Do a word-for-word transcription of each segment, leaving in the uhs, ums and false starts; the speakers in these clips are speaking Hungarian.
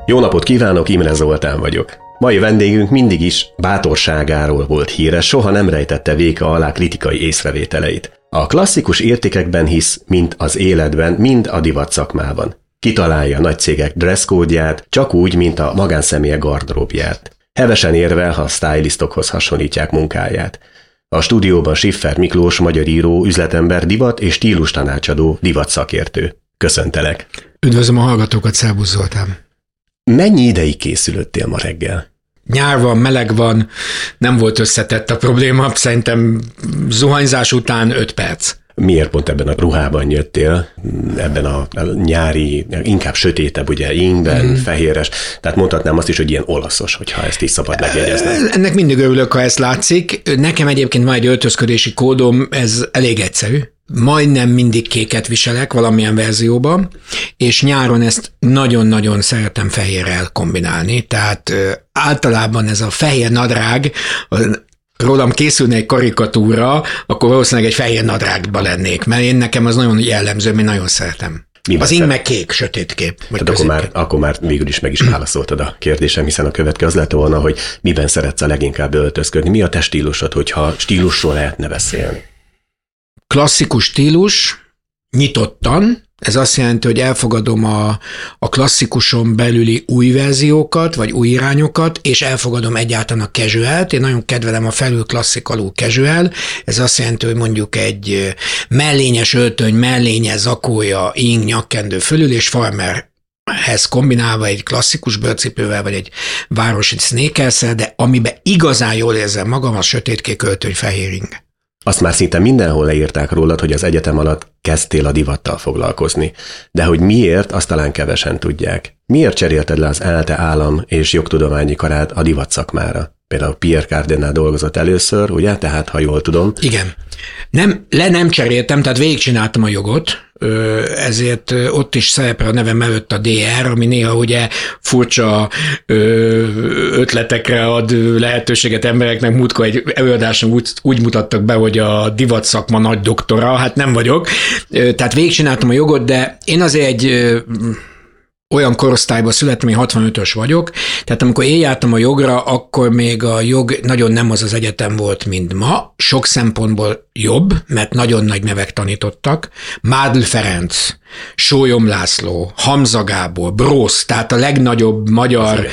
Jó napot kívánok, Imre Zoltán vagyok. Mai vendégünk mindig is bátorságáról volt híres, soha nem rejtette véka alá kritikai észrevételeit. A klasszikus értékekben hisz, mind az életben, mind a divat szakmában. Kitalálja a nagy cégek dresszkódját, csak úgy, mint a magánszemélyek gardróbját. Hevesen érvel, ha a stylistokhoz hasonlítják munkáját. A stúdióban Schiffer Miklós, magyar író, üzletember, divat és stílus tanácsadó, divat szakértő. Köszöntelek! Üdvözlöm a hallgatókat, szervusz Zoltán! Mennyi ideig készülöttél ma reggel? Nyár van, meleg van, nem volt összetett a probléma, szerintem zuhanyzás után öt perc. Miért pont ebben a ruhában jöttél, ebben a nyári, inkább sötétebb, ugye, ingben, mm. fehéres, tehát mondhatnám azt is, hogy ilyen olaszos, hogyha ezt is szabad megjegyezni. Ennek mindig örülök, ha ezt látszik. Nekem egyébként van egy öltözködési kódom, ez elég egyszerű. Majdnem mindig kéket viselek valamilyen verzióban, és nyáron ezt nagyon-nagyon szeretem fehérrel kombinálni, tehát ö, általában ez a fehér nadrág, rólam készülne egy karikatúra, akkor valószínűleg egy fehér nadrágban lennék, mert én nekem az nagyon jellemző, én nagyon szeretem. Mi az ing meg kék, sötétkép. Tehát akkor már, akkor már végül is meg is válaszoltad a kérdésem, hiszen a következő az lett volna, hogy miben szeretsz a leginkább öltözködni. Mi a te stílusod, hogyha stílusról lehetne beszélni? Klasszikus stílus, nyitottan, ez azt jelenti, hogy elfogadom a, a klasszikuson belüli új verziókat, vagy új irányokat, és elfogadom egyáltalán a casualt. Én nagyon kedvelem a felül klasszik, alul casual. Ez azt jelenti, hogy mondjuk egy mellényes öltöny, mellényes zakója, ing, nyakkendő fölül, és farmerhez kombinálva egy klasszikus bőrcipővel, vagy egy városi sneakerszel, de amiben igazán jól érzem magam, az sötétkék öltöny, fehér ing. Azt már szinte mindenhol leírták rólad, hogy az egyetem alatt kezdtél a divattal foglalkozni. De hogy miért, azt talán kevesen tudják. Miért cserélted le az ELTE állam és jogtudományi karát a divat szakmára? Például Pierre Cardinál dolgozott először, ugye? Tehát, ha jól tudom. Igen. Nem, le nem cseréltem, tehát végigcsináltam a jogot, ezért ott is szerepel a nevem előtt a dé er, ami néha ugye furcsa ötletekre ad lehetőséget embereknek. Múltkor egy előadáson úgy, úgy mutattak be, hogy a divat szakma nagy doktora, hát nem vagyok. Tehát végigcsináltam a jogot, de én azért egy olyan korosztályban születtem, én hatvanötös vagyok, tehát amikor én jártam a jogra, akkor még a jog nagyon nem az az egyetem volt, mint ma, sok szempontból jobb, mert nagyon nagy nevek tanítottak. Mádl Ferenc, Sólyom László, Hamza Gábor, Brósz, tehát a legnagyobb magyar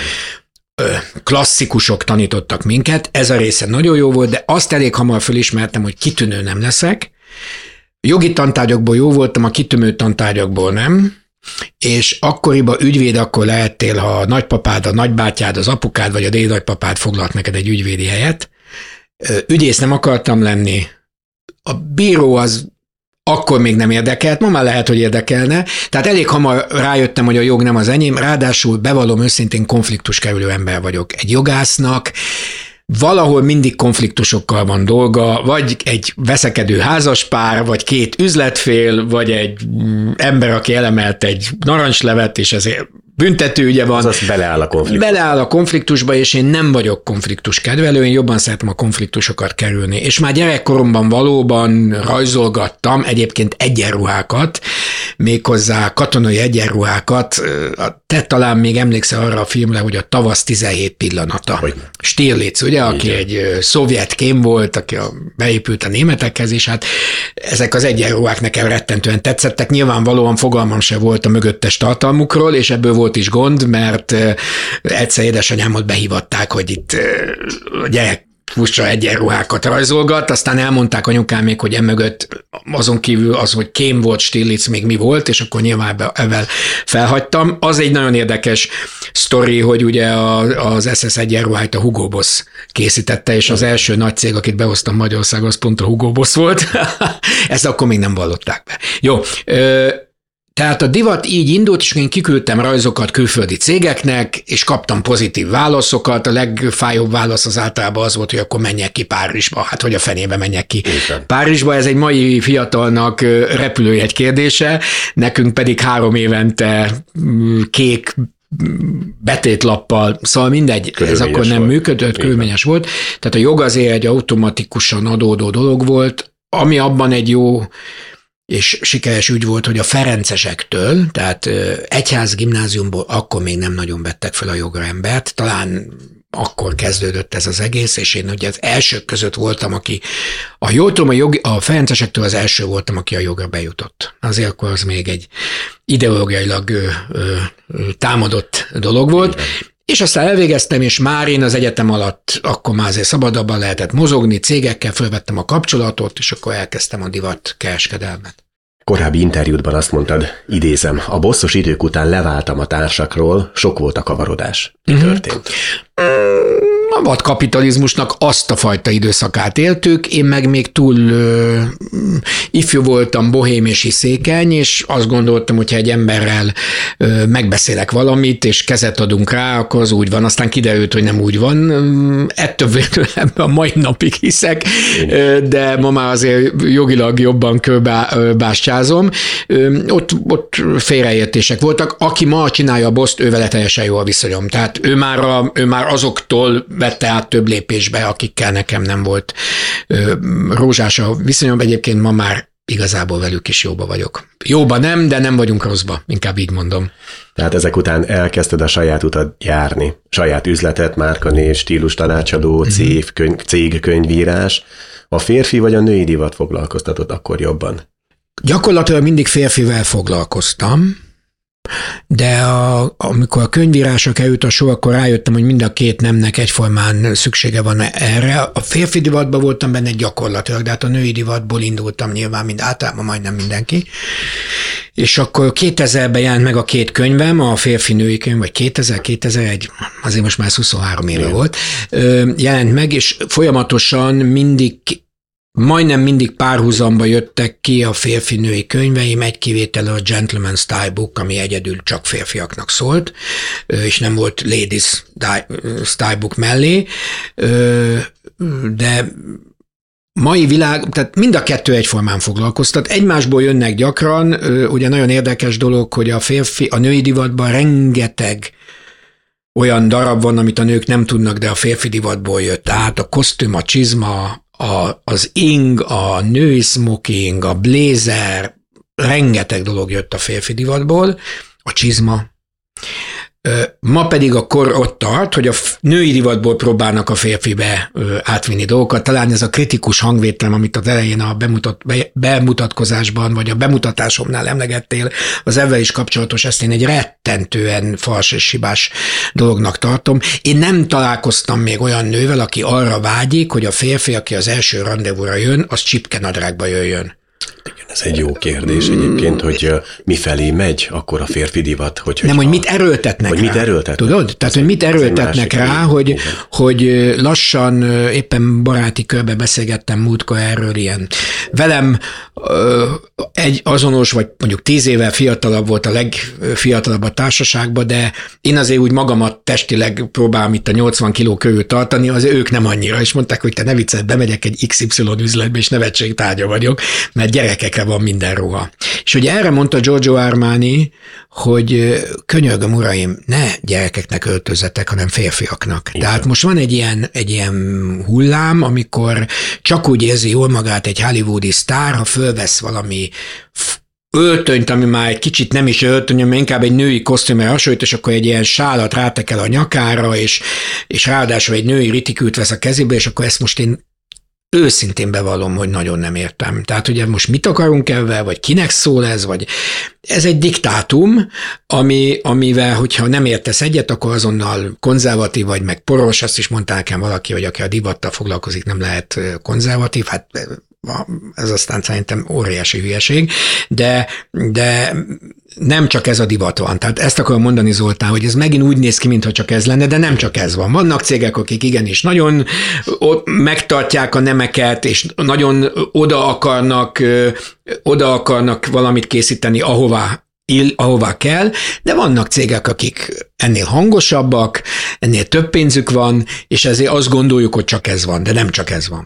klasszikusok tanítottak minket, ez a része nagyon jó volt, de azt elég hamar fölismertem, hogy kitűnő nem leszek. Jogi tantárgyakból jó voltam, a kitűnő tantárgyakból nem, és akkoriban ügyvéd akkor lehettél, ha a nagypapád, a nagybátyád, az apukád vagy a dédnagypapád foglalt neked egy ügyvédi helyet. Ügyész nem akartam lenni. A bíró az akkor még nem érdekelt, ma már lehet, hogy érdekelne. Tehát elég hamar rájöttem, hogy a jog nem az enyém, ráadásul bevallom őszintén konfliktus kerülő ember vagyok. Egy jogásznak valahol mindig konfliktusokkal van dolga, vagy egy veszekedő házaspár, vagy két üzletfél, vagy egy ember, aki elemelt egy narancslevet, és ezért büntetőügye van. Azaz beleáll a konfliktus. Beleáll a konfliktusba, és én nem vagyok konfliktus kedvelő, én jobban szeretem a konfliktusokat kerülni. És már gyerekkoromban valóban rajzolgattam egyébként egyenruhákat, méghozzá katonai egyenruhákat. Te talán még emlékszel arra a filmre, hogy a Tavasz tizenhét pillanata. Hogy? Stirlitz, ugye, aki igen. Egy szovjet kém volt, aki a, beépült a németekhez, és hát ezek az egyenruhák nekem rettentően tetszettek. Nyilvánvalóan fogalmam se volt a mögöttes tartalmukról, és ebből volt is gond, mert egyszer édesanyámot behívatták, hogy itt gyerek furcsa egyenruhákat rajzolgat, aztán elmondták anyukám még, hogy emögött azon kívül az, hogy kém volt, Stirlitz, még mi volt, és akkor nyilván ebben felhagytam. Az egy nagyon érdekes sztori, hogy ugye az es es egyenruháit a Hugo Boss készítette, és az első nagy cég, akit behoztam Magyarországon, az pont a Hugo Boss volt. Ezt akkor még nem vallották be. Jó, tehát a divat így indult, és én kiküldtem rajzokat külföldi cégeknek, és kaptam pozitív válaszokat. A legfájóbb válasz az általában az volt, hogy akkor menjek ki Párizsba. Hát, hogy a fenébe menjek ki Igen. Párizsba. Ez egy mai fiatalnak repülőjegy kérdése, nekünk pedig három évente kék betétlappal, szóval mindegy, körülményes ez akkor nem volt. Működött, körülményes volt. Tehát a jog azért egy automatikusan adódó dolog volt, ami abban egy jó és sikeres ügy volt, hogy a ferencesektől, tehát egyház gimnáziumból akkor még nem nagyon vettek fel a jogra embert, talán akkor kezdődött ez az egész, és én ugye az elsők között voltam, aki a jól tudom, a, jogi, a ferencesektől az első voltam, aki a jogra bejutott. Azért akkor az még egy ideológiailag ö, ö, támadott dolog volt, és aztán elvégeztem, és már én az egyetem alatt akkor már azért szabadabban lehetett mozogni, cégekkel fölvettem a kapcsolatot, és akkor elkezdtem a divat kereskedelmet. Korábbi interjútban azt mondtad, idézem, a bosszos idők után leváltam a társakról, sok volt a kavarodás. Mi uh-huh. történt? A vadkapitalizmusnak azt a fajta időszakát éltük, én meg még túl ö, ifjú voltam, bohém és hiszékeny, és azt gondoltam, hogyha egy emberrel ö, megbeszélek valamit, és kezet adunk rá, akkor az úgy van. Aztán kiderült, hogy nem úgy van. Ettől véletlenül a mai napig hiszek, de ma már azért jogilag jobban körbástyázom. Ott, ott félreértések voltak. Aki ma csinálja a boszt, ő vele teljesen jó a viszonyom. Tehát ő már, a, ő már azoktól vette át több lépésbe, akikkel nekem nem volt ö, rózsás a viszonyom. Egyébként ma már igazából velük is jóba vagyok. Jóba nem, de nem vagyunk rosszba, inkább így mondom. Tehát ezek után elkezdted a saját utat járni. Saját üzletet, márkanév, stílus tanácsadó, cég, könyv, cégkönyvírás. A férfi vagy a női divat foglalkoztatott akkor jobban? Gyakorlatilag mindig férfivel foglalkoztam, de a, amikor a könyvírásra került a sor, akkor rájöttem, hogy mind a két nemnek egyformán szüksége van erre. A férfi divatban voltam benne gyakorlatilag, de hát a női divatból indultam nyilván, mind általában majdnem mindenki. És akkor kétezerben jelent meg a két könyvem, a férfi-női könyv, vagy kétezer, kétezer-egy, azért most már huszonhárom éve Igen. volt, jelent meg, és folyamatosan mindig Majdnem mindig párhuzamba jöttek ki a férfi-női könyveim, egy kivétel a Gentleman Style Book, ami egyedül csak férfiaknak szólt, és nem volt Ladies Style Book mellé, de mai világ, tehát mind a kettő egyformán foglalkoztat, egymásból jönnek gyakran, ugye nagyon érdekes dolog, hogy a férfi, a női divatban rengeteg olyan darab van, amit a nők nem tudnak, de a férfi divatból jött. Tehát a kosztüm, a csizma, A, az ing, a női smoking, a blazer, rengeteg dolog jött a férfi divatból, a csizma. Ma pedig a kor ott tart, hogy a női divatból próbálnak a férfibe átvinni dolgokat. Talán ez a kritikus hangvételem, amit az elején a bemutat, be, bemutatkozásban, vagy a bemutatásomnál emlegettél, az ezzel is kapcsolatos, ezt én egy rettentően fals és hibás dolognak tartom. Én nem találkoztam még olyan nővel, aki arra vágyik, hogy a férfi, aki az első randevúra jön, az csipkenadrágba jöjjön. Igen, ez egy jó kérdés egyébként, hogy mifelé megy akkor a férfi divat. Hogy, nem, hogy mit erőltetnek hogy rá. Mit erőltetnek. Tudod? Tehát, hogy mit erőltetnek rá, hogy, hogy lassan éppen baráti körbe beszélgettem múltkor erről, ilyen velem egy azonos, vagy mondjuk tíz évvel fiatalabb volt a legfiatalabb a társaságban, de én azért úgy magamat testileg próbálom itt a nyolcvan kiló körül tartani, az ők nem annyira, és mondták, hogy te ne viccelj, bemegyek egy iksz ipszilon üzletbe, és nevetségtárgya vagyok, mert gyerekekre van minden ruha. És ugye erre mondta Giorgio Armani, hogy könyörgöm uraim, ne gyerekeknek öltözzetek, hanem férfiaknak. Igen. Tehát most van egy ilyen, egy ilyen hullám, amikor csak úgy érzi jól magát egy hollywoodi sztár, ha fölvesz valami öltönyt, ami már egy kicsit nem is öltöny, hanem inkább egy női kosztümre hasonlít, és akkor egy ilyen sálat rátekel a nyakára, és, és ráadásul egy női ritikült vesz a kezébe, és akkor ezt most én őszintén bevallom, hogy nagyon nem értem. Tehát ugye most mit akarunk ebben, vagy kinek szól ez, vagy ez egy diktátum, ami, amivel, hogyha nem értesz egyet, akkor azonnal konzervatív vagy, meg poros, azt is mondta nekem valaki, hogy aki a divattal foglalkozik, nem lehet konzervatív, hát ez aztán szerintem óriási hülyeség, de, de nem csak ez a divat van. Tehát ezt akarom mondani, Zoltán, hogy ez megint úgy néz ki, mintha csak ez lenne, de nem csak ez van. Vannak cégek, akik igenis nagyon megtartják a nemeket, és nagyon oda akarnak, oda akarnak valamit készíteni, ahová ill, ahová kell, de vannak cégek, akik ennél hangosabbak, ennél több pénzük van, és ezért azt gondoljuk, hogy csak ez van, de nem csak ez van.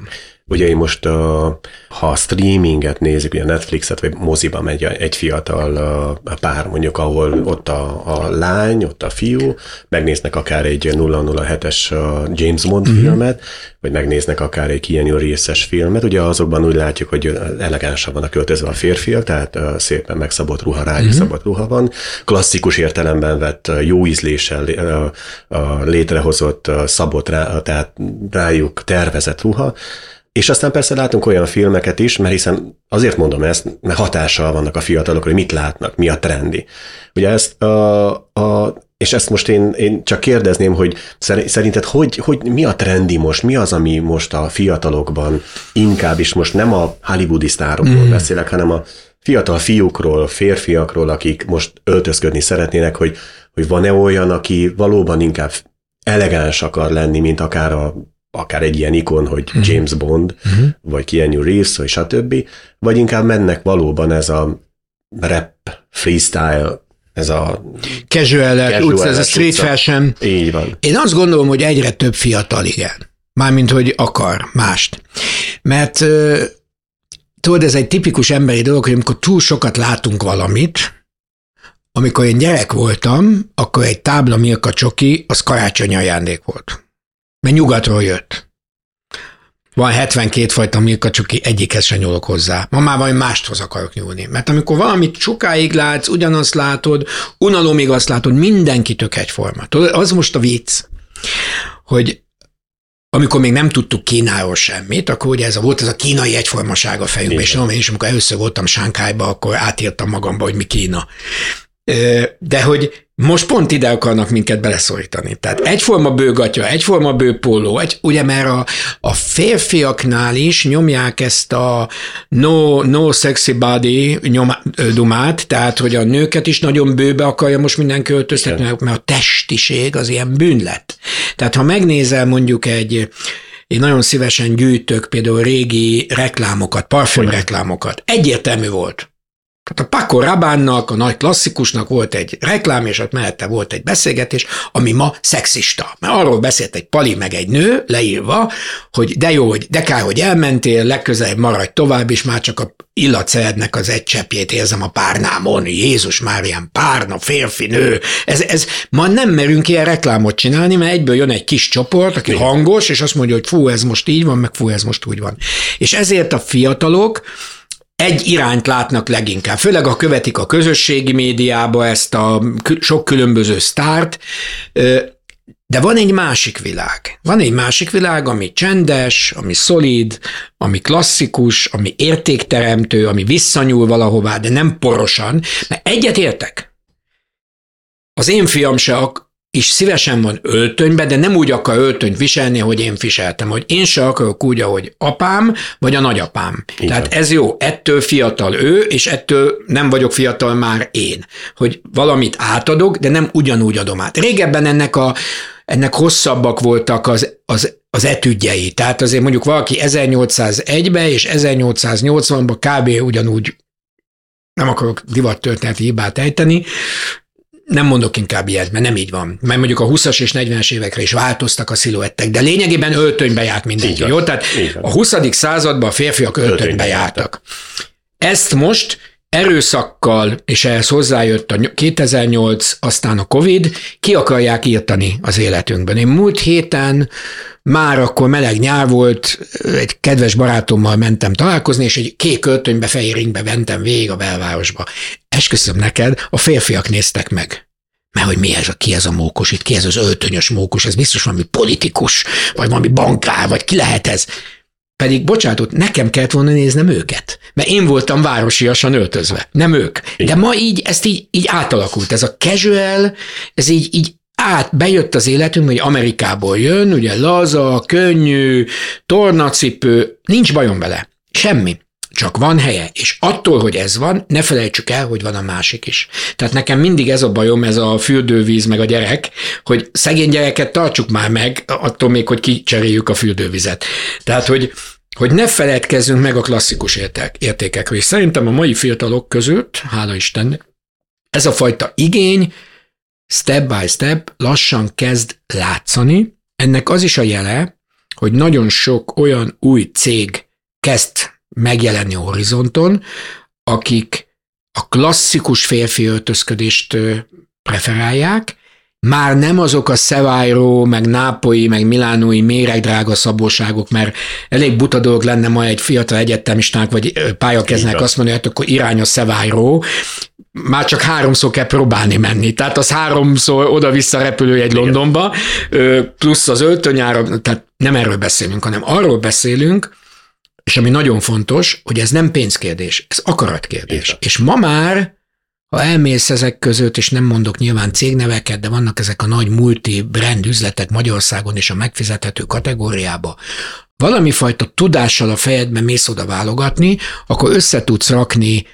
Ugye én most, ha a streaminget nézik, ugye a Netflixet, vagy moziba megy egy fiatal pár, mondjuk, ahol ott a, a lány, ott a fiú, megnéznek akár egy nulla nulla hetes James Bond uh-huh. filmet, vagy megnéznek akár egy Keanu Reeves-es filmet, ugye azokban úgy látjuk, hogy elegánsabban a költözve a férfiak, tehát szépen megszabott ruha, rájuk uh-huh. szabott ruha van, klasszikus értelemben vett jó ízléssel létrehozott, szabott rá, tehát rájuk tervezett ruha. És aztán persze látunk olyan filmeket is, mert hiszen azért mondom ezt, mert hatással vannak a fiatalok, hogy mit látnak, mi a trendi. Ugye ezt a, a és ezt most én, én csak kérdezném, hogy szerinted hogy, hogy mi a trendi most, mi az, ami most a fiatalokban inkább, és most nem a hollywoodi sztárokról mm. beszélek, hanem a fiatal fiúkról, férfiakról, akik most öltözködni szeretnének, hogy, hogy van-e olyan, aki valóban inkább elegáns akar lenni, mint akár a akár egy ilyen ikon, hogy James Bond, uh-huh. vagy Keanu Reeves, vagy stb., vagy inkább mennek valóban ez a rap, freestyle, ez a casual, utca, ez a street fashion. Így van. Én azt gondolom, hogy egyre több fiatal igen. Mármint, hogy akar mást. Mert tudod, ez egy tipikus emberi dolog, hogy amikor túl sokat látunk valamit, amikor én gyerek voltam, akkor egy tábla Milka csoki, az karácsonyi ajándék volt. Mert nyugatról jött. Van hetvenkét fajta Milka csoki, egyikhez sem nyúlok hozzá. Ma már valami máshoz akarok nyúlni. Mert amikor valamit sokáig látsz, ugyanazt látod, unalomig azt látod, mindenki tök egyforma. Tudod, az most a vicc, hogy amikor még nem tudtuk Kínáról semmit, akkor ugye ez a, volt ez a kínai egyformaság a fejünkben, és nem, én is amikor először voltam Sánkhájba, akkor átírtam magamba, hogy mi Kína. De hogy most pont ide akarnak minket beleszorítani. Tehát egyforma bőgatya, egyforma bőpóló, egy, ugye mert a, a férfiaknál is nyomják ezt a no, no sexy body nyom, dumát, tehát hogy a nőket is nagyon bőbe akarja most mindenki öltöztetni, mert a testiség az ilyen bűnlet. Tehát ha megnézel mondjuk egy én nagyon szívesen gyűjtök például régi reklámokat, parfümreklámokat. Egyértelmű volt. Tehát a Paco Rabanne-nak, a nagy klasszikusnak volt egy reklám, és ott mellette volt egy beszélgetés, ami ma szexista. Mert arról beszélt egy pali meg egy nő, leírva, hogy de jó, hogy de kár, hogy elmentél, legközelebb maradj tovább, és már csak a illatszerednek az egy cseppjét érzem a párnámon. Jézus Márián, párna, férfi, nő. Ez, ez, ma nem merünk ilyen reklámot csinálni, mert egyből jön egy kis csoport, aki hangos, és azt mondja, hogy fú, ez most így van, meg fú, ez most úgy van. És ezért a fiatalok egy irányt látnak leginkább, főleg ha követik a közösségi médiába ezt a sok különböző sztárt, de van egy másik világ. Van egy másik világ, ami csendes, ami szolid, ami klasszikus, ami értékteremtő, ami visszanyúl valahová, de nem porosan, mert egyet értek. Az én fiam se ak- is szívesen van öltönybe, de nem úgy akar öltönyt viselni, hogy én viseltem, hogy én se akarok úgy, ahogy apám, vagy a nagyapám. Igen. Tehát ez jó, ettől fiatal ő, és ettől nem vagyok fiatal már én. Hogy valamit átadok, de nem ugyanúgy adom át. Régebben ennek, a, ennek hosszabbak voltak az, az, az etüdjei. Tehát azért mondjuk valaki ezernyolcszázegyben és ezernyolcszáznyolcvanban kb. Ugyanúgy, nem akarok divattörténeti hibát ejteni, nem mondok inkább ilyet, mert nem így van. Mert mondjuk a huszas és negyvenes évekre is változtak a sziluettek, de lényegében öltönybe járt mindenki, jó? Tehát a huszadik században a férfiak öltönybe, öltönybe jártak. Ezt most erőszakkal, és ehhez hozzájött a kétezer-nyolc, aztán a Covid, ki akarják írtani az életünkben. Én múlt héten már akkor meleg nyár volt, egy kedves barátommal mentem találkozni, és egy kék öltönybe, fehér ingbe mentem végig a belvárosba. Esküszöm neked, a férfiak néztek meg. Mert hogy mi ez, a, ki ez a mókus itt, ki ez az öltönyös mókus, ez biztos valami politikus, vagy valami bankár, vagy ki lehet ez. Pedig, bocsánatot, nekem kellett volna néznem őket, mert én voltam városiasan öltözve, nem ők. De ma így, ezt így, így átalakult, ez a casual, ez így, így át, bejött az életünk, hogy Amerikából jön, ugye laza, könnyű, tornacipő, nincs bajom vele, semmi. Csak van helye, és attól, hogy ez van, ne felejtsük el, hogy van a másik is. Tehát nekem mindig ez a bajom, ez a fürdővíz meg a gyerek, hogy szegény gyereket tartsuk már meg, attól még, hogy kicseréljük a fürdővizet. Tehát, hogy, hogy ne feledkezzünk meg a klasszikus értékekről. És szerintem a mai fiatalok között, hála Istennek, ez a fajta igény step by step lassan kezd látszani. Ennek az is a jele, hogy nagyon sok olyan új cég kezd megjelenni a horizonton, akik a klasszikus férfi öltözködést preferálják, már nem azok a Szevájró, meg nápolyi, meg milánói méregdrága szabóságok, mert elég buta dolog lenne ma egy fiatal egyetemistának, vagy pályakezdnek azt mondani, hogy akkor irány a Szevájró, már csak háromszor kell próbálni menni. Tehát az háromszor oda-vissza repülőjegy Londonba, plusz az öltönyára, tehát nem erről beszélünk, hanem arról beszélünk, és ami nagyon fontos, hogy ez nem pénzkérdés, ez akaratkérdés. Igen. És ma már, ha elmész ezek között, és nem mondok nyilván cégneveket, de vannak ezek a nagy multi-brand üzletek Magyarországon és a megfizethető kategóriába, valami fajta tudással a fejedben mész oda válogatni, akkor össze tudsz rakni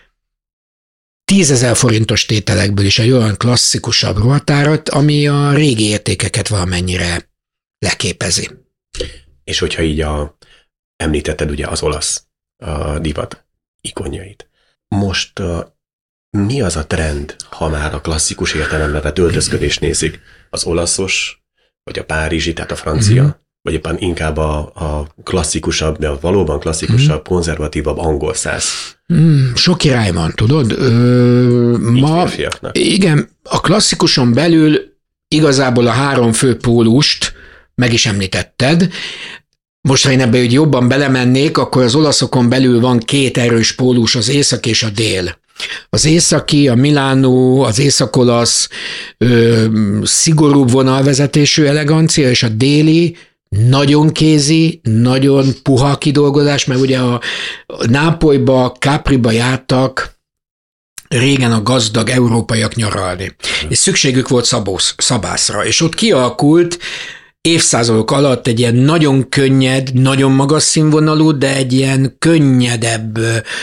tízezer forintos tételekből is egy olyan klasszikusabb ruhatárat, ami a régi értékeket valamennyire leképezi. És hogyha így a, említetted ugye az olasz a divat ikonjait. Most a, mi az a trend, ha már a klasszikus értelemben vett öltözködést nézik? Az olaszos, vagy a párizsi, tehát a francia, mm-hmm. vagy éppen inkább a, a klasszikusabb, de a valóban klasszikusabb, mm-hmm. konzervatívabb angol száz? Mm, sok király van, tudod? Ö, ma, igen, a klasszikuson belül igazából a három fő pólust meg is említetted. Most, ha én ebbe hogy jobban belemennék, akkor az olaszokon belül van két erős pólus, az észak és a dél. Az északi, a Milánó, az észak-olasz ö, szigorúbb vonalvezetésű elegancia, és a déli nagyon kézi, nagyon puha kidolgozás, mert ugye a Nápolyba, Capriba jártak régen a gazdag európaiak nyaralni, és szükségük volt szabósz, szabászra, és ott kialakult évszázadok alatt egy ilyen nagyon könnyed, nagyon magas színvonalú, de egy ilyen könnyedebb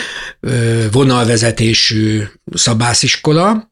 vonalvezetésű szabásziskola.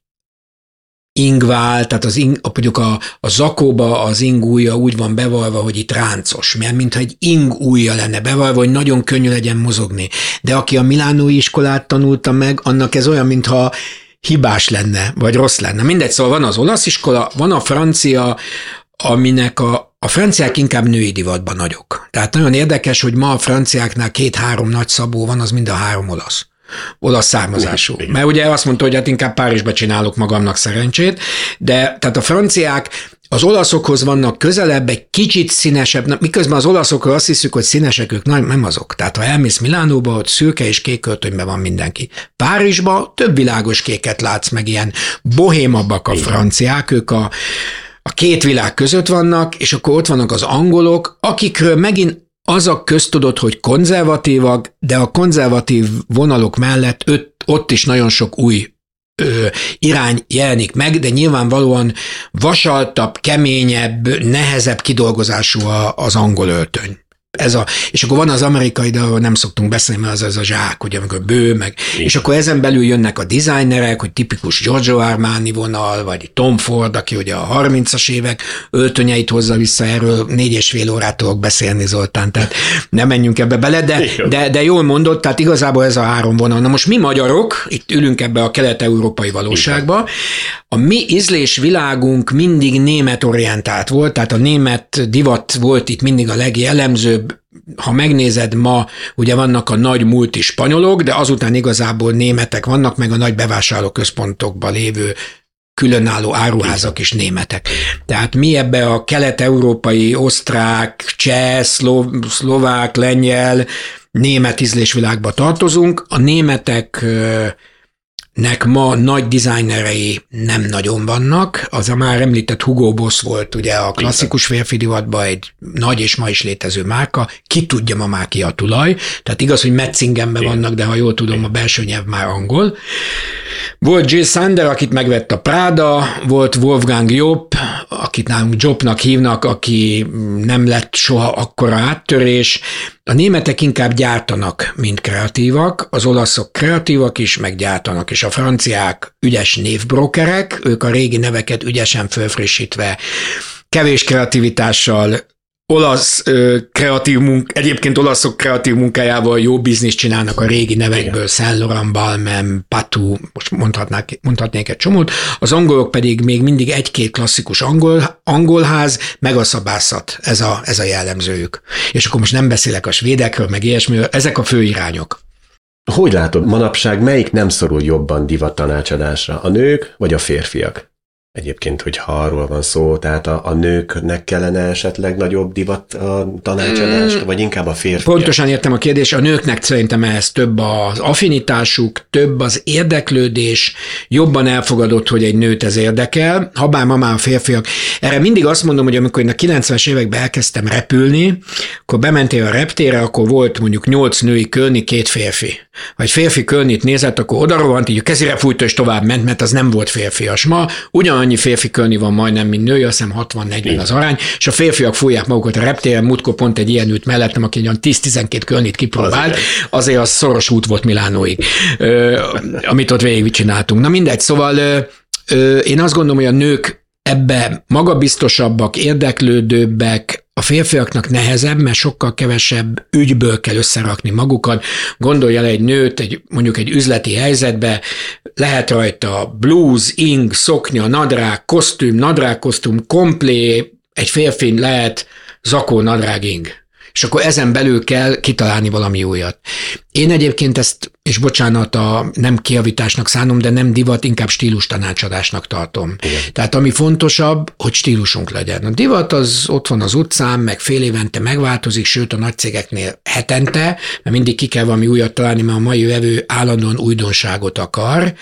Ingvál, tehát az ing, mondjuk a, a zakóba az ingúja úgy van bevalva, hogy itt ráncos, mert mintha egy ingúja lenne bevalva, hogy nagyon könnyű legyen mozogni. De aki a milánói iskolát tanulta meg, annak ez olyan, mintha hibás lenne, vagy rossz lenne. Mindegy, szóval van az olasz iskola, van a francia, aminek a, a franciák inkább női divatban nagyok. Tehát nagyon érdekes, hogy ma a franciáknál két-három nagy szabó van, az mind a három olasz. Olasz származású. Igen. Mert ugye azt mondta, hogy hát inkább Párizsba csinálok magamnak szerencsét, de tehát a franciák az olaszokhoz vannak közelebb, egy kicsit színesebb, miközben az olaszokról azt hiszük, hogy színesek, ők nem azok. Tehát ha elmész Milánóba, ott szürke és kék költönyben van mindenki. Párizsba több világos kéket látsz, meg ilyen bohémabbak a franciák, ők a A két világ között vannak, és akkor ott vannak az angolok, akikről megint az a köztudott, hogy konzervatívak, de a konzervatív vonalok mellett öt, ott is nagyon sok új ö, irány jelenik meg, de nyilvánvalóan vasaltabb, keményebb, nehezebb kidolgozású a, az angol öltöny. Ez a, és akkor van az amerikai, de nem szoktunk beszélni, mert az az a zsák, ugye, amikor bő, meg, igen. És akkor ezen belül jönnek a designerek, hogy tipikus Giorgio Armani vonal, vagy Tom Ford, aki ugye a harmincas évek öltönyeit hozza vissza, erről négy és fél órát tudok beszélni, Zoltán, tehát nem menjünk ebbe bele, de, de, de jól mondott, tehát igazából ez a három vonal. Na most mi magyarok, itt ülünk ebbe a kelet-európai valóságba, igen. A mi ízlésvilágunk mindig német orientált volt, tehát a német divat volt itt mindig a legjellemzőbb. Ha megnézed ma, ugye vannak a nagy multi spanyolok, de azután igazából németek vannak, meg a nagy bevásárlóközpontokban lévő különálló áruházak is németek. Tehát mi ebbe a kelet-európai, osztrák, cseh, szló, szlovák, lengyel, német ízlésvilágba tartozunk. A németek nek ma nagy designerei nem nagyon vannak. Az a már említett Hugo Boss volt ugye a klasszikus férfi divatban egy nagy és ma is létező márka. Ki tudja ma már ki a tulaj. Tehát igaz, hogy Metzingenben vannak, de ha jól tudom, a belső nyelv már angol. Volt Jill Sander, akit megvett a Prada, volt Wolfgang Jobb, akit nálunk Jobbnak hívnak, aki nem lett soha akkora áttörés. A németek inkább gyártanak, mint kreatívak, az olaszok kreatívak is, meg gyártanak, és a franciák ügyes névbrokerek, ők a régi neveket ügyesen fölfrissítve, kevés kreativitással olasz ö, kreatív munk, egyébként olaszok kreatív munkájával jó bizniszt csinálnak a régi nevekből, Saint Laurent, Balmain, Patou, most mondhatnák, mondhatnék egy csomót, az angolok pedig még mindig egy-két klasszikus angol, angolház, meg a szabászat, ez a, ez a jellemzőjük. És akkor most nem beszélek a svédekről, meg ilyesmiről, ezek a fő irányok. Hogy látod, manapság melyik nem szorul jobban divat tanácsadásra, a nők vagy a férfiak? Egyébként, hogyha arról van szó, tehát a, a nőknek kellene esetleg nagyobb divat a tanácsadás, mm, vagy inkább a férfiak? Pontosan értem a kérdést, a nőknek szerintem ehhez több az affinitásuk, több az érdeklődés, jobban elfogadott, hogy egy nőt ez érdekel, habár ma már a férfiak. Erre mindig azt mondom, hogy amikor én a kilencvenes években elkezdtem repülni, akkor bementél a reptérre, akkor volt mondjuk nyolc női kölni, két férfi. Ha egy férfi kölnit nézett, akkor odarohant, így a kezire fújta, és tovább ment, mert az nem volt férfias. Ma ugyanannyi férfi kölni van majdnem, mint női, azt hiszem hatvan negyven az arány, és a férfiak fújják magukat a reptéren, múltkor pont egy ilyen ült mellettem, aki olyan tíz-tizenkét kölnit kipróbált, azért az szoros út volt Milánóig, amit ott végigcsináltunk. Na mindegy, szóval én azt gondolom, hogy a nők ebbe magabiztosabbak, érdeklődőbbek, a férfiaknak nehezebb, mert sokkal kevesebb ügyből kell összerakni magukat. Gondolj el egy nőt, egy, mondjuk egy üzleti helyzetbe, lehet rajta blúz, ing, szoknya, nadrág, kosztüm, nadrág, kosztüm, komplé, egy férfin lehet zakó, nadrág, ing. És akkor ezen belül kell kitalálni valami újat. Én egyébként ezt, és bocsánat, a nem kijavításnak szánom, de nem divat, inkább stílus tanácsadásnak tartom. Igen. Tehát ami fontosabb, hogy stílusunk legyen. A divat az ott van az utcán, meg fél évente megváltozik, sőt a nagy cégeknél hetente, mert mindig ki kell valami újat találni, mert a mai vevő állandóan újdonságot akar,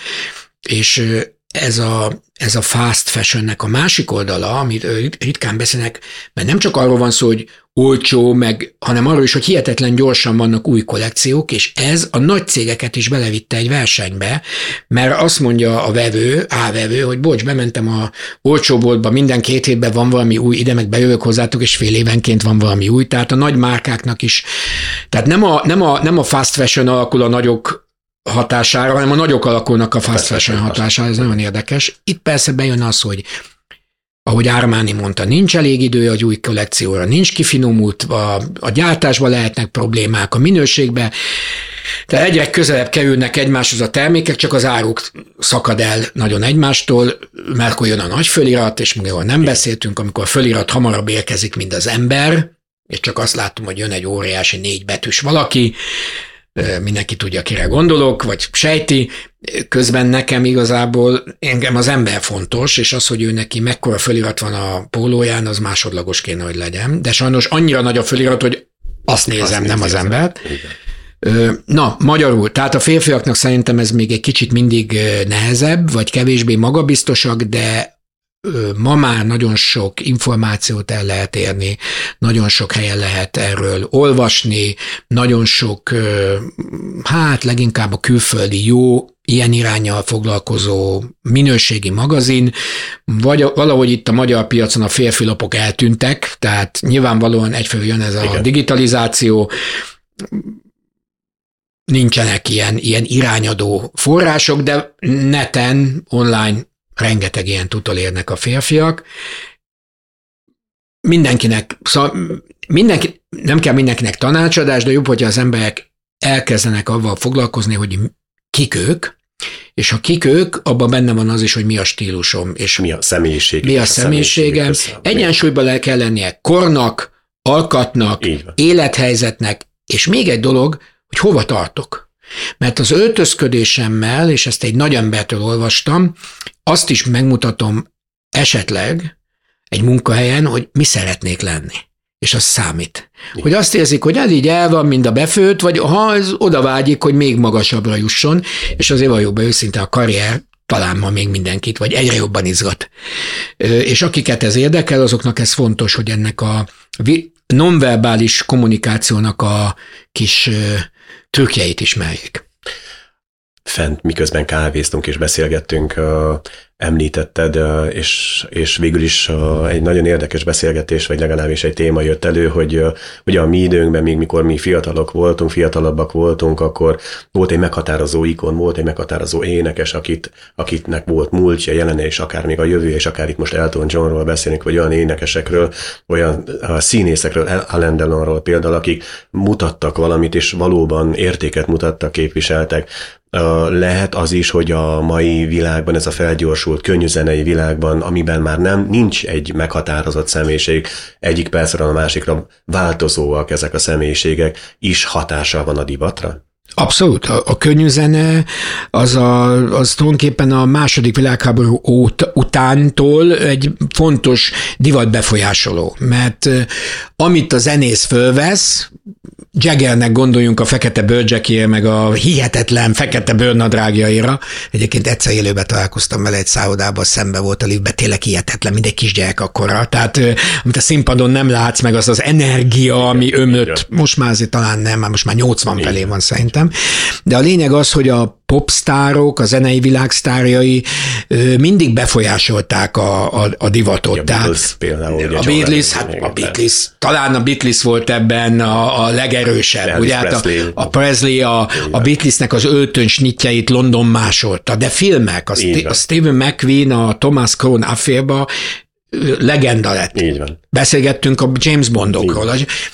és ez a, ez a fast fashionnek a másik oldala, amit ritkán beszélnek, mert nem csak arról van szó, hogy olcsó, meg, hanem arról is, hogy hihetetlen gyorsan vannak új kollekciók, és ez a nagy cégeket is belevitte egy versenybe, mert azt mondja a vevő, A vevő, hogy bocs, bementem a olcsóboltba, minden két hétben van valami új, ide meg bejövök hozzátok, és fél évenként van valami új, tehát a nagy márkáknak is, tehát nem a, nem a, nem a fast fashion alakul a nagyok hatására, hanem a nagyok alakulnak a fast fashion hatására, ez nagyon érdekes. Itt persze bejön az, hogy ahogy Armani mondta, nincs elég idő az új kollekcióra, nincs kifinomult, a, a gyártásban lehetnek problémák, a minőségben, de egyre közelebb kerülnek egymáshoz a termékek, csak az áruk szakad el nagyon egymástól, mert akkor jön a nagy fölirat, és még nem beszéltünk, amikor a fölirat hamarabb érkezik, mint az ember, és csak azt látom, hogy jön egy óriási négy betűs valaki, mindenki tudja, kire gondolok, vagy sejti, közben nekem igazából engem az ember fontos, és az, hogy ő neki mekkora fölirat van a pólóján, az másodlagos kéne, hogy legyen, de sajnos annyira nagy a fölirat, hogy azt nézem, azt nem az embert. Na, magyarul, tehát a férfiaknak szerintem ez még egy kicsit mindig nehezebb, vagy kevésbé magabiztosak, de ma már nagyon sok információt el lehet érni, nagyon sok helyen lehet erről olvasni, nagyon sok, hát leginkább a külföldi jó, ilyen iránnyal foglalkozó minőségi magazin, vagy valahogy itt a magyar piacon a férfi lapok eltűntek, tehát nyilvánvalóan egyfelől jön ez a Igen. digitalizáció, nincsenek ilyen, ilyen irányadó források, de neten, online rengeteg ilyen utolérnek a férfiak. Mindenkinek, szóval mindenki, nem kell mindenkinek tanácsadás, de jobb, hogyha az emberek elkezdenek avval foglalkozni, hogy kik ők, és ha kik ők, abban benne van az is, hogy mi a stílusom. És mi a személyiség. Mi a, a személyiségem. Egyensúlyban le kell lennie kornak, alkatnak, élethelyzetnek, és még egy dolog, hogy hova tartok. Mert az öltözködésemmel, és ezt egy nagy embertől olvastam, azt is megmutatom esetleg egy munkahelyen, hogy mi szeretnék lenni. És az számít. Igen. Hogy azt érzik, hogy ez így el van, mint a befőtt, vagy ha ez oda vágyik, hogy még magasabbra jusson, és azért valójában őszinte a karrier talán ma még mindenkit, vagy egyre jobban izgat. És akiket ez érdekel, azoknak ez fontos, hogy ennek a nonverbális kommunikációnak a kis trükkjeit ismerjék. Fent, miközben kávéztunk és beszélgettünk, említetted, és, és végül is egy nagyon érdekes beszélgetés, vagy legalábbis egy téma jött elő, hogy ugye a mi időnkben, még mikor mi fiatalok voltunk, fiatalabbak voltunk, akkor volt egy meghatározó ikon, volt egy meghatározó énekes, akit, akitnek volt múltja, jelene, és akár még a jövő, és akár itt most Elton Johnról beszélünk, vagy olyan énekesekről, olyan színészekről, Alain Delonról például, akik mutattak valamit, és valóban értéket mutattak, képviseltek. Lehet az is, hogy a mai világban, ez a felgyorsult, könnyűzenei világban, amiben már nem nincs egy meghatározott személyiség, egyik percről a másikra változóak ezek a személyiségek, is hatással van a divatra? Abszolút. A, a könnyű zene az, a, az tulajdonképpen a második világháború óta, utántól egy fontos divatbefolyásoló, mert amit a zenész fölvesz, Jaggernek gondoljunk a fekete bőrcsekére, meg a hihetetlen fekete bőrnadrágjaira. Egyébként egyszer élőben találkoztam vele egy szállodában, szembe volt a liftben, tényleg hihetetlen, mint egy kisgyerek akkora. Tehát, amit a színpadon nem látsz, meg az az energia, ami ömlött, most már azért talán nem, már most már nyolcvan felé van szerintem. De a lényeg az, hogy a popstárok, a zenei világ sztárjai mindig befolyásolták a, a, a divatot. A Beatles például. A Beatles, hát a Beatles, talán a Beatles volt ebben a, a legerősebb. Ugye, hát a, a Presley a, a Beatlesnek az öltönysnitjeit London másolta, de filmek, a, St- a Stephen McQueen, a Thomas Crown Affairba legenda lett. Így van. Beszélgettünk a James Bondokról.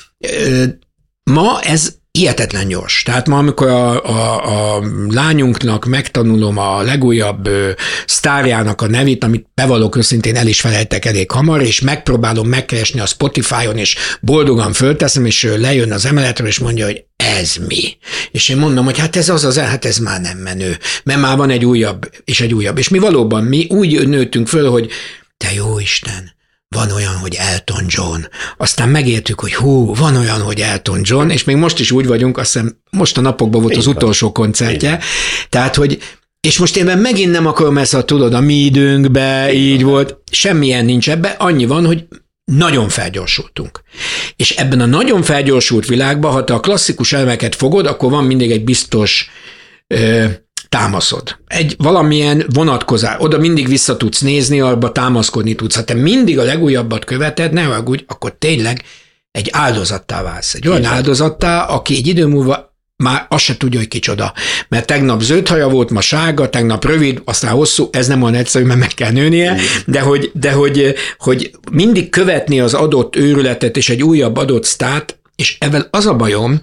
Ma ez hihetetlen gyors. Tehát ma, amikor a, a, a lányunknak megtanulom a legújabb ö, sztárjának a nevét, amit bevallok őszintén el is felejtek elég hamar, és megpróbálom megkeresni a Spotify-on, és boldogan fölteszem, és ő lejön az emeletről, és mondja, hogy ez mi? És én mondom, hogy hát ez az az, hát ez már nem menő, mert már van egy újabb, és egy újabb. És mi valóban, mi úgy nőttünk föl, hogy te jó Isten, van olyan, hogy Elton John. Aztán megértük, hogy hú, van olyan, hogy Elton John, és még most is úgy vagyunk, azt hiszem most a napokban volt az utolsó koncertje. Tehát, hogy és most én megint nem akarom ezt, a tudod, a mi időnkben így volt, semmilyen nincs ebbe, annyi van, hogy nagyon felgyorsultunk. És ebben a nagyon felgyorsult világban, ha te a klasszikus elemeket fogod, akkor van mindig egy biztos ö, támaszod. Egy valamilyen vonatkozás, oda mindig vissza tudsz nézni, abba támaszkodni tudsz. Ha te mindig a legújabbat követed, ne aggódj, akkor tényleg egy áldozattá válsz. Egy olyan áldozattá, aki egy idő múlva már azt se tudja, hogy kicsoda. Mert tegnap zöld haja volt, ma sárga, tegnap rövid, aztán hosszú, ez nem olyan egyszerű, mert meg kell nőnie, de hogy, de hogy, hogy mindig követni az adott őrületet és egy újabb adott sztárt, és ebben az a bajom,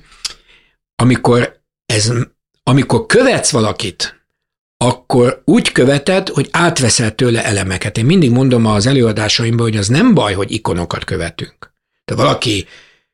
amikor ez Amikor követsz valakit, akkor úgy követed, hogy átveszel tőle elemeket. Én mindig mondom az előadásaimban, hogy az nem baj, hogy ikonokat követünk. De valakinek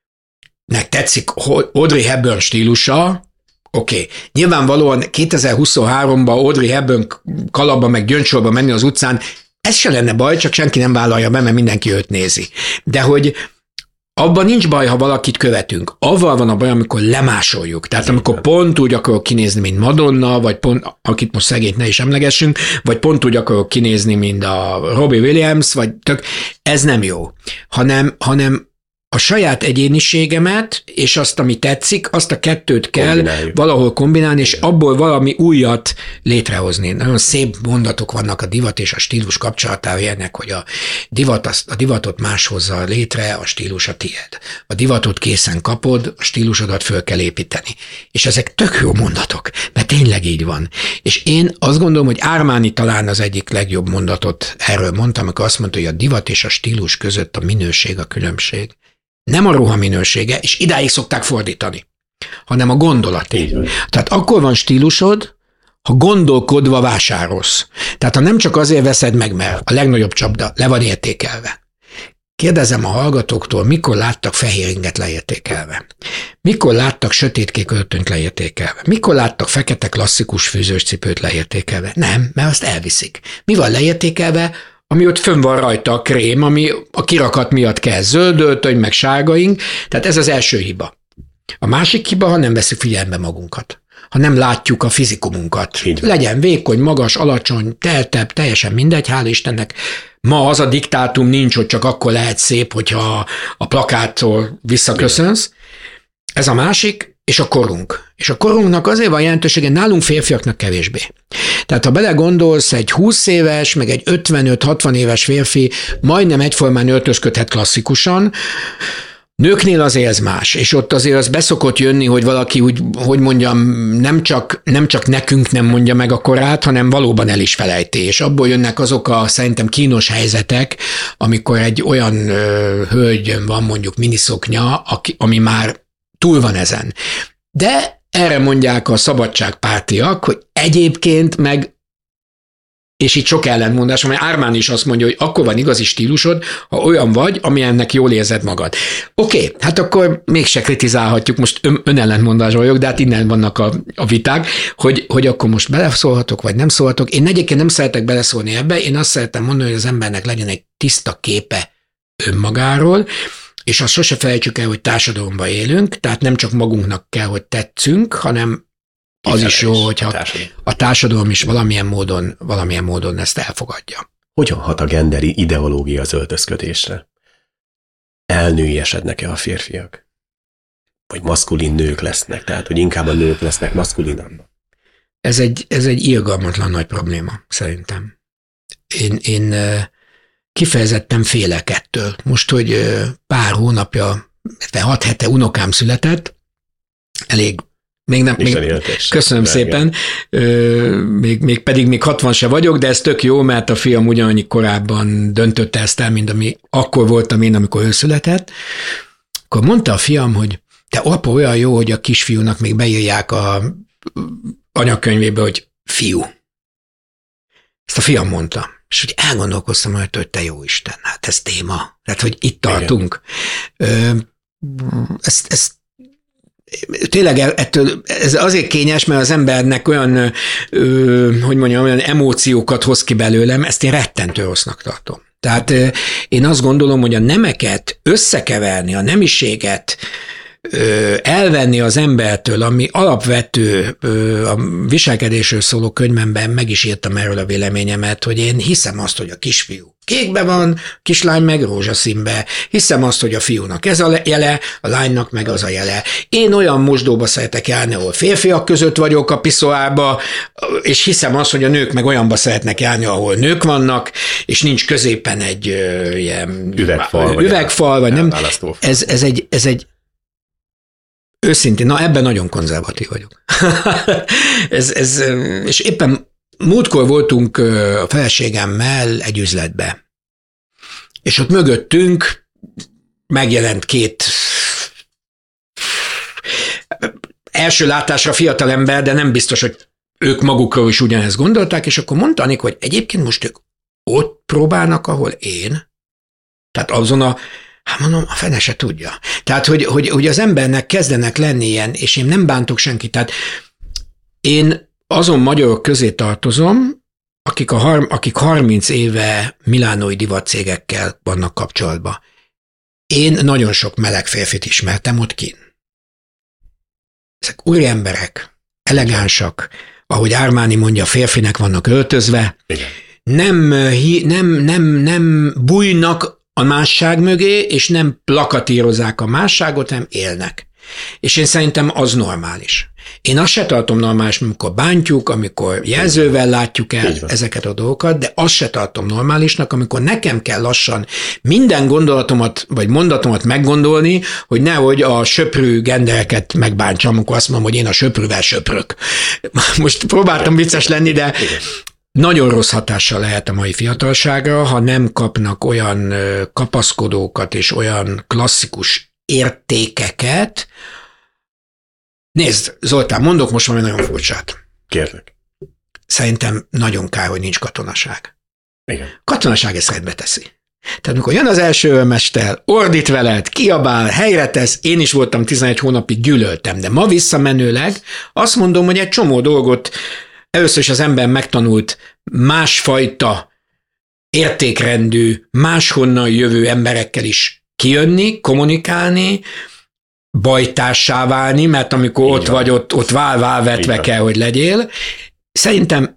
tetszik Audrey Hepburn stílusa, oké. Okay. Nyilvánvalóan kétezer-huszonháromban Audrey Hepburn kalapba meg gyöngysorba menni az utcán, ez se lenne baj, csak senki nem vállalja be, mert mindenki őt nézi. De hogy abban nincs baj, ha valakit követünk. Avval van a baj, amikor lemásoljuk. Tehát amikor pont úgy akarok kinézni, mint Madonna, vagy pont, akit most szegényt ne is emlegessünk, vagy pont úgy akarok kinézni, mint a Robbie Williams, vagy tök, ez nem jó. Hanem, hanem a saját egyéniségemet, és azt, ami tetszik, azt a kettőt kell valahol kombinálni, és abból valami újat létrehozni. Nagyon szép mondatok vannak a divat és a stílus kapcsolatára ilyenek, hogy a, divat, a divatot más hozza létre, a stílus a tiéd. A divatot készen kapod, a stílusodat föl kell építeni. És ezek tök jó mondatok, mert tényleg így van. És én azt gondolom, hogy Armani talán az egyik legjobb mondatot erről mondtam, amikor azt mondta, hogy a divat és a stílus között a minőség a különbség. Nem a ruha minősége, és idáig szokták fordítani, hanem a gondolaté. Tehát akkor van stílusod, ha gondolkodva vásárolsz. Tehát ha nem csak azért veszed meg, mert a legnagyobb csapda le van értékelve. Kérdezem a hallgatóktól, mikor láttak fehér inget leértékelve? Mikor láttak sötétkék öltönyt leértékelve? Mikor láttak fekete klasszikus fűzős cipőt leértékelve? Nem, mert azt elviszik. Mi van leértékelve? Ami ott fönn van rajta a krém, ami a kirakat miatt kell zöld öltöny, meg sárgaink, tehát ez az első hiba. A másik hiba, ha nem veszük figyelembe magunkat, ha nem látjuk a fizikumunkat. Legyen vékony, magas, alacsony, teltebb, teljesen mindegy, hál' Istennek. Ma az a diktátum nincs, hogy csak akkor lehet szép, hogyha a plakáttól visszaköszönsz. Ez a másik, és a korunk. És a korunknak azért van jelentősége, nálunk férfiaknak kevésbé. Tehát ha belegondolsz, egy húsz éves, meg egy ötvenöt-hatvan éves férfi majdnem egyformán öltözködhet klasszikusan, nőknél azért ez más, és ott azért az beszokott jönni, hogy valaki úgy, hogy mondjam, nem csak, nem csak nekünk nem mondja meg a korát, hanem valóban el is felejti, és abból jönnek azok a szerintem kínos helyzetek, amikor egy olyan ö, hölgyön van mondjuk miniszoknya, aki, ami már túl van ezen. De erre mondják a szabadságpártiak, hogy egyébként meg, és itt sok ellentmondás, amely Ármán is azt mondja, hogy akkor van igazi stílusod, ha olyan vagy, amilyennek jól érzed magad. Oké, okay, hát akkor mégse kritizálhatjuk, most ön, önellentmondás vagyok, de hát innen vannak a, a viták, hogy, hogy akkor most beleszólhatok, vagy nem szólhatok. Én egyébként nem szeretek beleszólni ebbe, én azt szeretem mondani, hogy az embernek legyen egy tiszta képe önmagáról, és azt sose felejtsük el, hogy társadalomban élünk, tehát nem csak magunknak kell, hogy tetszünk, hanem az is jó, hogyha a társadalom. a társadalom is valamilyen módon, valamilyen módon ezt elfogadja. Hogyan hat a genderi ideológia az öltözködésre? Elnőiesednek-e a férfiak? Vagy maszkulin nők lesznek? Tehát, hogy inkább a nők lesznek maszkulinabbak? Ez egy, ez egy irgalmatlan nagy probléma, szerintem. Én, én kifejezetten félek ettől. Most, hogy pár hónapja, hat hete unokám született, elég Még nem, még, köszönöm de szépen, Ö, még, még pedig még hatvan se vagyok, de ez tök jó, mert a fiam ugyanannyi korábban döntötte ezt el, mint ami akkor voltam én, amikor ő született. Akkor mondta a fiam, hogy te apa, olyan jó, hogy a kisfiúnak még beírják a anyakönyvébe, hogy fiú. Ezt a fiam mondta. És hogy elgondolkoztam, hogy te jó Isten, hát ez téma. Tehát, hogy itt tartunk. Ö, ezt, ezt tényleg ettől, ez azért kényes, mert az embernek olyan, ö, hogy mondjam, olyan emóciókat hoz ki belőlem, ezt én rettentő rossznak tartom. Tehát ö, én azt gondolom, hogy a nemeket összekeverni, a nemiséget ö, elvenni az embertől, ami alapvető, ö, a viselkedésről szóló könyvemben meg is írtam erről a véleményemet, hogy én hiszem azt, hogy a kisfiú kékbe van, kislány meg rózsaszínbe. Hiszem azt, hogy a fiúnak ez a jele, a lánynak meg az a jele. Én olyan mosdóba szeretek járni, ahol férfiak között vagyok a piszoárba, és hiszem azt, hogy a nők meg olyanba szeretnek járni, ahol nők vannak, és nincs középen egy ö, ilyen üvegfal, vagy, üvegfal, vagy nem. Ez, ez, egy, ez egy őszintén, na ebben nagyon konzervatív vagyok. ez, ez, és éppen múltkor voltunk a feleségemmel egy üzletbe, és ott mögöttünk megjelent két első látásra fiatalember, de nem biztos, hogy ők magukról is ugyanezt gondolták, és akkor mondta Anik, hogy egyébként most ők ott próbálnak, ahol én. Tehát azon a, hát mondom, a fene se tudja. Tehát, hogy, hogy, hogy az embernek kezdenek lenni ilyen, és én nem bántok senkit. Tehát én azon magyarok közé tartozom, akik, a, akik harminc éve milánói divatcégekkel vannak kapcsolatban. Én nagyon sok meleg férfit ismertem ott kint. Ezek úri emberek, elegánsak, ahogy Armani mondja, férfinek vannak öltözve, nem, nem, nem, nem bújnak a másság mögé, és nem plakatírozzák a másságot, hanem élnek. És én szerintem az normális. Én azt se tartom normális, amikor bántjuk, amikor jelzővel látjuk el ezeket a dolgokat, de azt se tartom normálisnak, amikor nekem kell lassan minden gondolatomat, vagy mondatomat meggondolni, hogy nehogy a söprű gendereket megbántsam, amikor azt mondom, hogy én a söprűvel söprök. Most próbáltam vicces lenni, de nagyon rossz hatással lehet a mai fiatalságra, ha nem kapnak olyan kapaszkodókat és olyan klasszikus értékeket. Nézd, Zoltán, mondok most valami nagyon furcsát. Kérlek. Szerintem nagyon kár, hogy nincs katonaság. Igen. Katonaság ezt rendbe teszi. Tehát amikor jön az első őrmester, ordít veled, kiabál, helyre tesz, én is voltam tizenegy hónapig, gyűlöltem, de ma visszamenőleg azt mondom, hogy egy csomó dolgot először is az ember megtanult másfajta értékrendű, máshonnan jövő emberekkel is kijönni, kommunikálni, bajtársá válni, mert amikor így ott van. vagy, ott, ott vál-vál vetve kell, hogy legyél. Szerintem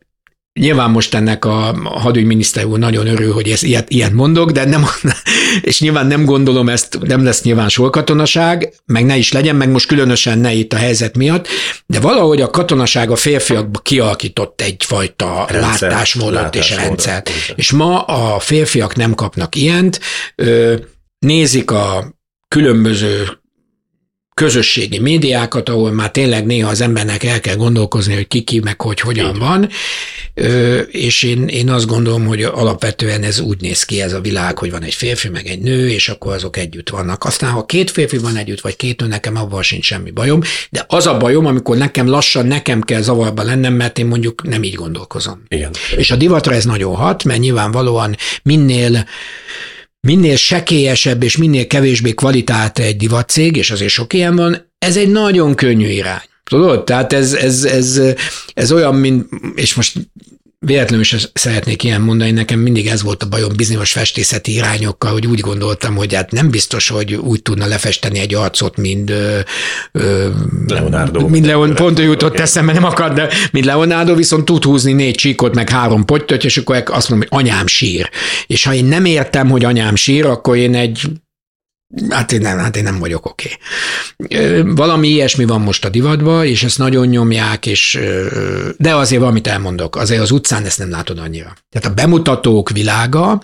Nyilván most ennek a hadügyminiszter úr nagyon örül, hogy ezt ilyet, ilyet mondok, de nem, és nyilván nem gondolom ezt, nem lesz nyilván sorkatonaság, meg ne is legyen, meg most különösen ne itt a helyzet miatt, de valahogy a katonaság a férfiakba kialakított egyfajta rendszer, látásmódot látásmódot és rendszert. Rendszer. És ma a férfiak nem kapnak ilyent, nézik a különböző közösségi médiákat, ahol már tényleg néha az embernek el kell gondolkozni, hogy ki ki, meg hogy hogyan van, és én, én azt gondolom, hogy alapvetően ez úgy néz ki ez a világ, hogy van egy férfi, meg egy nő, és akkor azok együtt vannak. Aztán, ha két férfi van együtt, vagy két nő, nekem abban sincs semmi bajom, de az a bajom, amikor nekem lassan, nekem kell zavarba lennem, mert én mondjuk nem így gondolkozom. Igen. És a divatra ez nagyon hat, mert nyilvánvalóan minél Minél sekélyesebb és minél kevésbé kvalitát egy divatcég, és azért sok ilyen van, ez egy nagyon könnyű irány. Tudod? Tehát ez, ez, ez, ez olyan, mint, és most véletlenül is szeretnék ilyen mondani, nekem mindig ez volt a bajom bizonyos festészeti irányokkal, hogy úgy gondoltam, hogy hát nem biztos, hogy úgy tudna lefesteni egy arcot, mint ö, ö, Leonardo. Mint Leon, pont ő jutott eszembe, nem akar, de mint Leonardo, viszont tud húzni négy csíkot, meg három pottyot, és akkor azt mondom, hogy anyám sír. És ha én nem értem, hogy anyám sír, akkor én egy Hát én nem, hát én nem vagyok oké. Okay. Valami ilyesmi van most a divatban, és ezt nagyon nyomják, és, de azért valamit elmondok, azért az utcán ezt nem látod annyira. Tehát a bemutatók világa,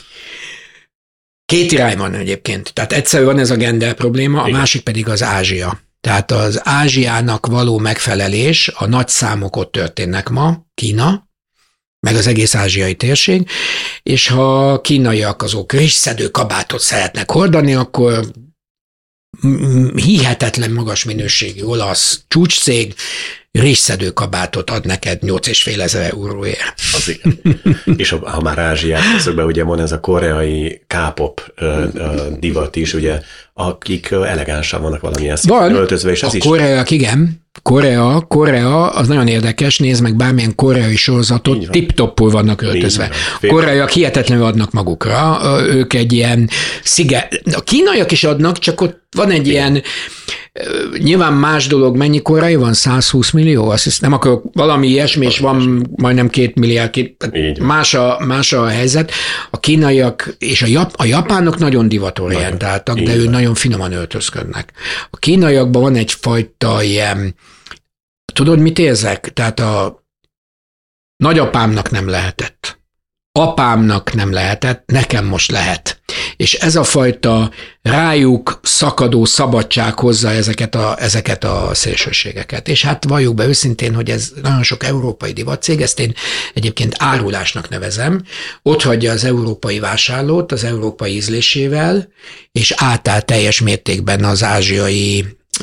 két irány van egyébként. Tehát egyszerű van ez a gender probléma, a Igen. másik pedig az Ázsia. Tehát az Ázsiának való megfelelés, a nagy számok ott történnek ma, Kína, meg az egész ázsiai térség, és ha kínaiak azok rizsszedő kabátot szeretnek hordani, akkor hihetetlen magas minőségű olasz csúcscég rizsszedő kabátot ad neked nyolc és fél ezer euróért. Az igen. És ha, ha már Ázsiát veszek be, ugye van ez a koreai K-pop divat is, ugye, akik elegánsan vannak valamilyen szinten öltözve, és ez a is... koreaiak, igen. Korea, Korea, az nagyon érdekes, nézd meg bármilyen koreai sorozatot, tip-toppul vannak öltözve. A koreaiak hihetetlenül adnak magukra, ők egy ilyen sziget... A kínaiak is adnak, csak ott van egy Igen. ilyen... Nyilván más dolog, mennyi koreai van? száz húsz millió? Azt hiszem, nem akarok valami ilyesmi, és van majdnem két milliárd. Két, más, a, más a helyzet. A kínaiak és a, jap, a japánok nagyon divatorientáltak, de ők nagyon finoman öltözködnek. A kínaiakban van egyfajta ilyen, tudod, mit érzek? Tehát a nagyapámnak nem lehetett. Apámnak nem lehetett, nekem most lehet. És ez a fajta rájuk szakadó szabadság hozza ezeket a, ezeket a szélsőségeket. És hát valljuk be őszintén, hogy ez nagyon sok európai divatcég, ezt én egyébként árulásnak nevezem, ott hagyja az európai vásárlót az európai ízlésével, és átáll teljes mértékben az ázsiai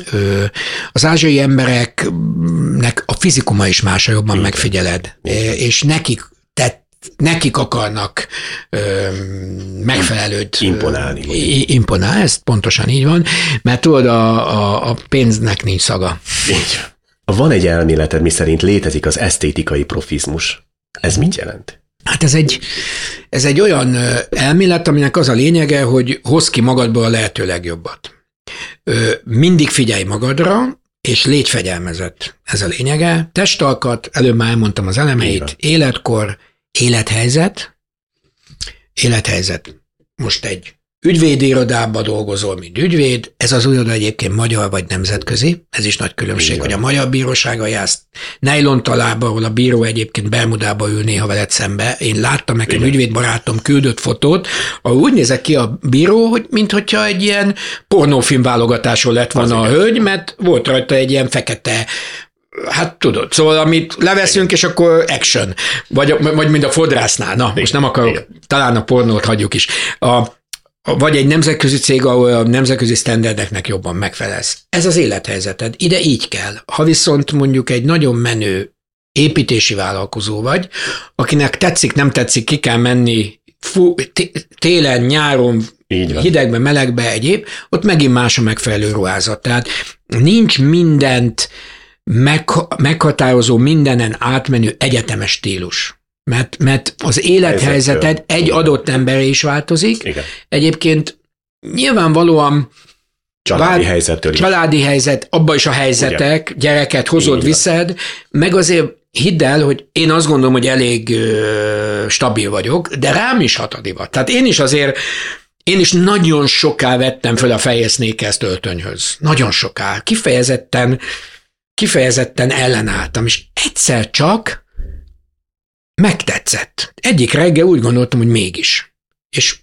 az ázsiai embereknek a fizikuma is másra jobban megfigyeled, és nekik tett nekik akarnak ö, megfelelőt imponálni. Ö, imponálni, ez pontosan így van, mert tudod, a, a, a pénznek nincs szaga. Így. Van egy elméleted, miszerint létezik az esztétikai profizmus. Ez mit jelent? Hát ez egy, ez egy olyan elmélet, aminek az a lényege, hogy hozz ki magadból a lehető legjobbat. Ö, mindig figyelj magadra, és légy fegyelmezett. Ez a lényege. Testalkat, előbb már elmondtam az elemeit, életkor, élethelyzet, élethelyzet. Most egy ügyvédi irodában dolgozol, mint ügyvéd, ez az iroda egyébként magyar vagy nemzetközi, ez is nagy különbség, Igen. hogy a magyar bírósága jársz nejlontalába, ahol a bíró egyébként Bermudába ül néha veled szembe. Én láttam, nekem Igen. ügyvédbarátom küldött fotót, ahol úgy nézek ki a bíró, hogy minthogyha egy ilyen pornófilm válogatásról lett volna a hölgy, mert volt rajta egy ilyen fekete. Hát tudod, szóval amit leveszünk, és akkor action. Vagy, vagy mind a fodrásznál. Na, most nem akarok, Igen. talán a pornót hagyjuk is. A, vagy egy nemzetközi cég, ahol a nemzetközi sztenderdeknek jobban megfelelsz. Ez az élethelyzeted. Ide így kell. Ha viszont mondjuk egy nagyon menő építési vállalkozó vagy, akinek tetszik, nem tetszik, ki kell menni fú, télen, nyáron, hidegbe, melegbe, egyéb, ott megint más a megfelelő ruházat. Tehát nincs mindent meghatározó, mindenen átmenő egyetemes stílus. Mert, mert az élethelyzeted egy adott emberre is változik. Igen. Egyébként nyilvánvalóan családi, vál, helyzettől családi helyzet, abba is a helyzetek, Ugye? gyereket hozod, viszed, meg azért hidd el, hogy én azt gondolom, hogy elég ö, stabil vagyok, de rám is hat a divat. Tehát én is azért, én is nagyon soká vettem föl a fehér sneakers öltönyhöz. Nagyon soká. Kifejezetten, kifejezetten ellenálltam, és egyszer csak megtetszett. Egyik reggel úgy gondoltam, hogy mégis. És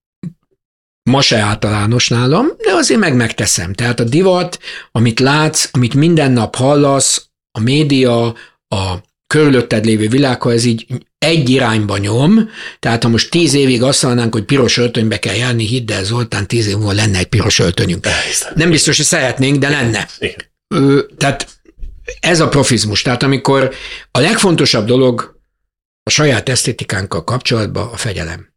ma se általános nálam, de azért meg megteszem. Tehát a divat, amit látsz, amit minden nap hallasz, a média, a körülötted lévő világ, ha ez így egy irányba nyom, tehát ha most tíz évig azt mondanánk, hogy piros öltönybe kell járni, hidd el, Zoltán, tíz év múlva lenne egy piros öltönyünk. Nem biztos, hogy szeretnénk, de lenne. Ö, tehát ez a profizmus. Tehát amikor a legfontosabb dolog a saját esztétikánkkal kapcsolatban a fegyelem.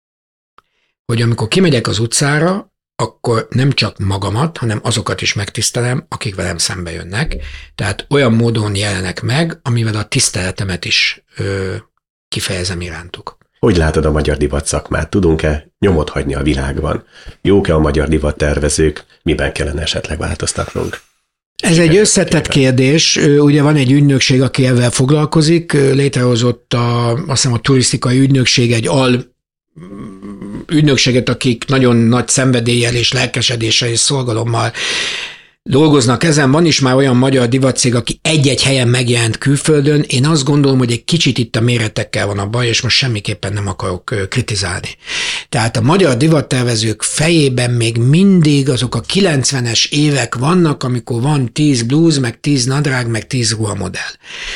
Hogy amikor kimegyek az utcára, akkor nem csak magamat, hanem azokat is megtisztelem, akik velem szembe jönnek. Tehát olyan módon jelenek meg, amivel a tiszteletemet is ö, kifejezem irántuk. Hogy látod a magyar divat szakmát? Tudunk-e nyomot hagyni a világban? Jók-e a magyar divattervezők? Miben kellene esetleg változtatnunk? Ez egy összetett kérdés. Ugye van egy ügynökség, aki ezzel foglalkozik. Létrehozott a, azt hiszem a turisztikai ügynökség egy al ügynökséget, akik nagyon nagy szenvedéllyel és lelkesedéssel és szolgalommal dolgoznak ezen. Van is már olyan magyar divatcég, aki egy-egy helyen megjelent külföldön. Én azt gondolom, hogy egy kicsit itt a méretekkel van a baj, és most semmiképpen nem akarok kritizálni. Tehát a magyar divattervezők fejében még mindig azok a kilencvenes évek vannak, amikor van tíz blúz, meg tíz nadrág, meg tíz ruhamodell.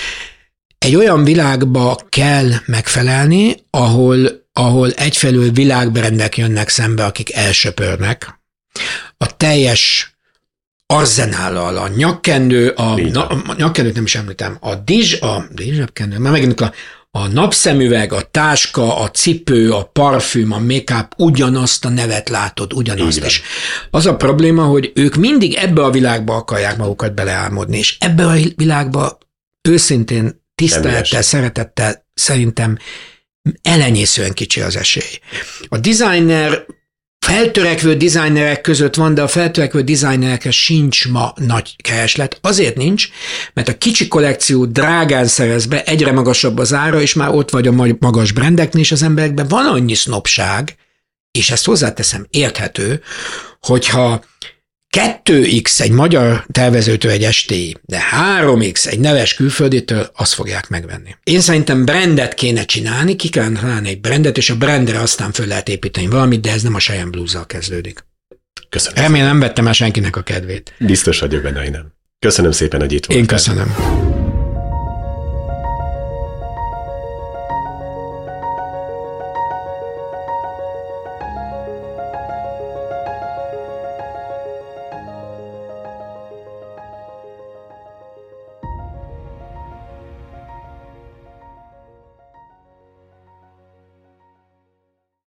Egy olyan világba kell megfelelni, ahol ahol egyfelől világbrendek jönnek szembe, akik elsöpörnek. A teljes arzenállal, a nyakkendő, a, na, a nyakkendőt nem is említem, a dizs, a dizsebkendő, már megint a, a napszemüveg, a táska, a cipő, a parfüm, a make-up, ugyanazt a nevet látod, ugyanazt is. Az a probléma, hogy ők mindig ebbe a világba akarják magukat beleálmodni, és ebbe a világba őszintén tisztelettel, szeretettel szerintem elenyészően kicsi az esély. A designer, feltörekvő designerek között van, de a feltörekvő designerekhez sincs ma nagy kereslet. Azért nincs, mert a kicsi kollekció drágán szerez be, egyre magasabb az ára, és már ott vagy a magas brandeknél, és az emberekben van annyi sznobság, és ezt hozzáteszem, érthető, hogyha kettő x egy magyar tervezőtől egy estély, de három x egy neves külfölditől, azt fogják megvenni. Én szerintem brandet kéne csinálni, ki kellene találni egy brandet, és a brandre aztán föl lehet építeni valamit, de ez nem a Cheyenne Blues-zal kezdődik. Köszönöm. Remélem nem vettem el senkinek a kedvét. Biztos vagyok benne, hogy nem. Köszönöm szépen, hogy itt voltál. Én köszönöm.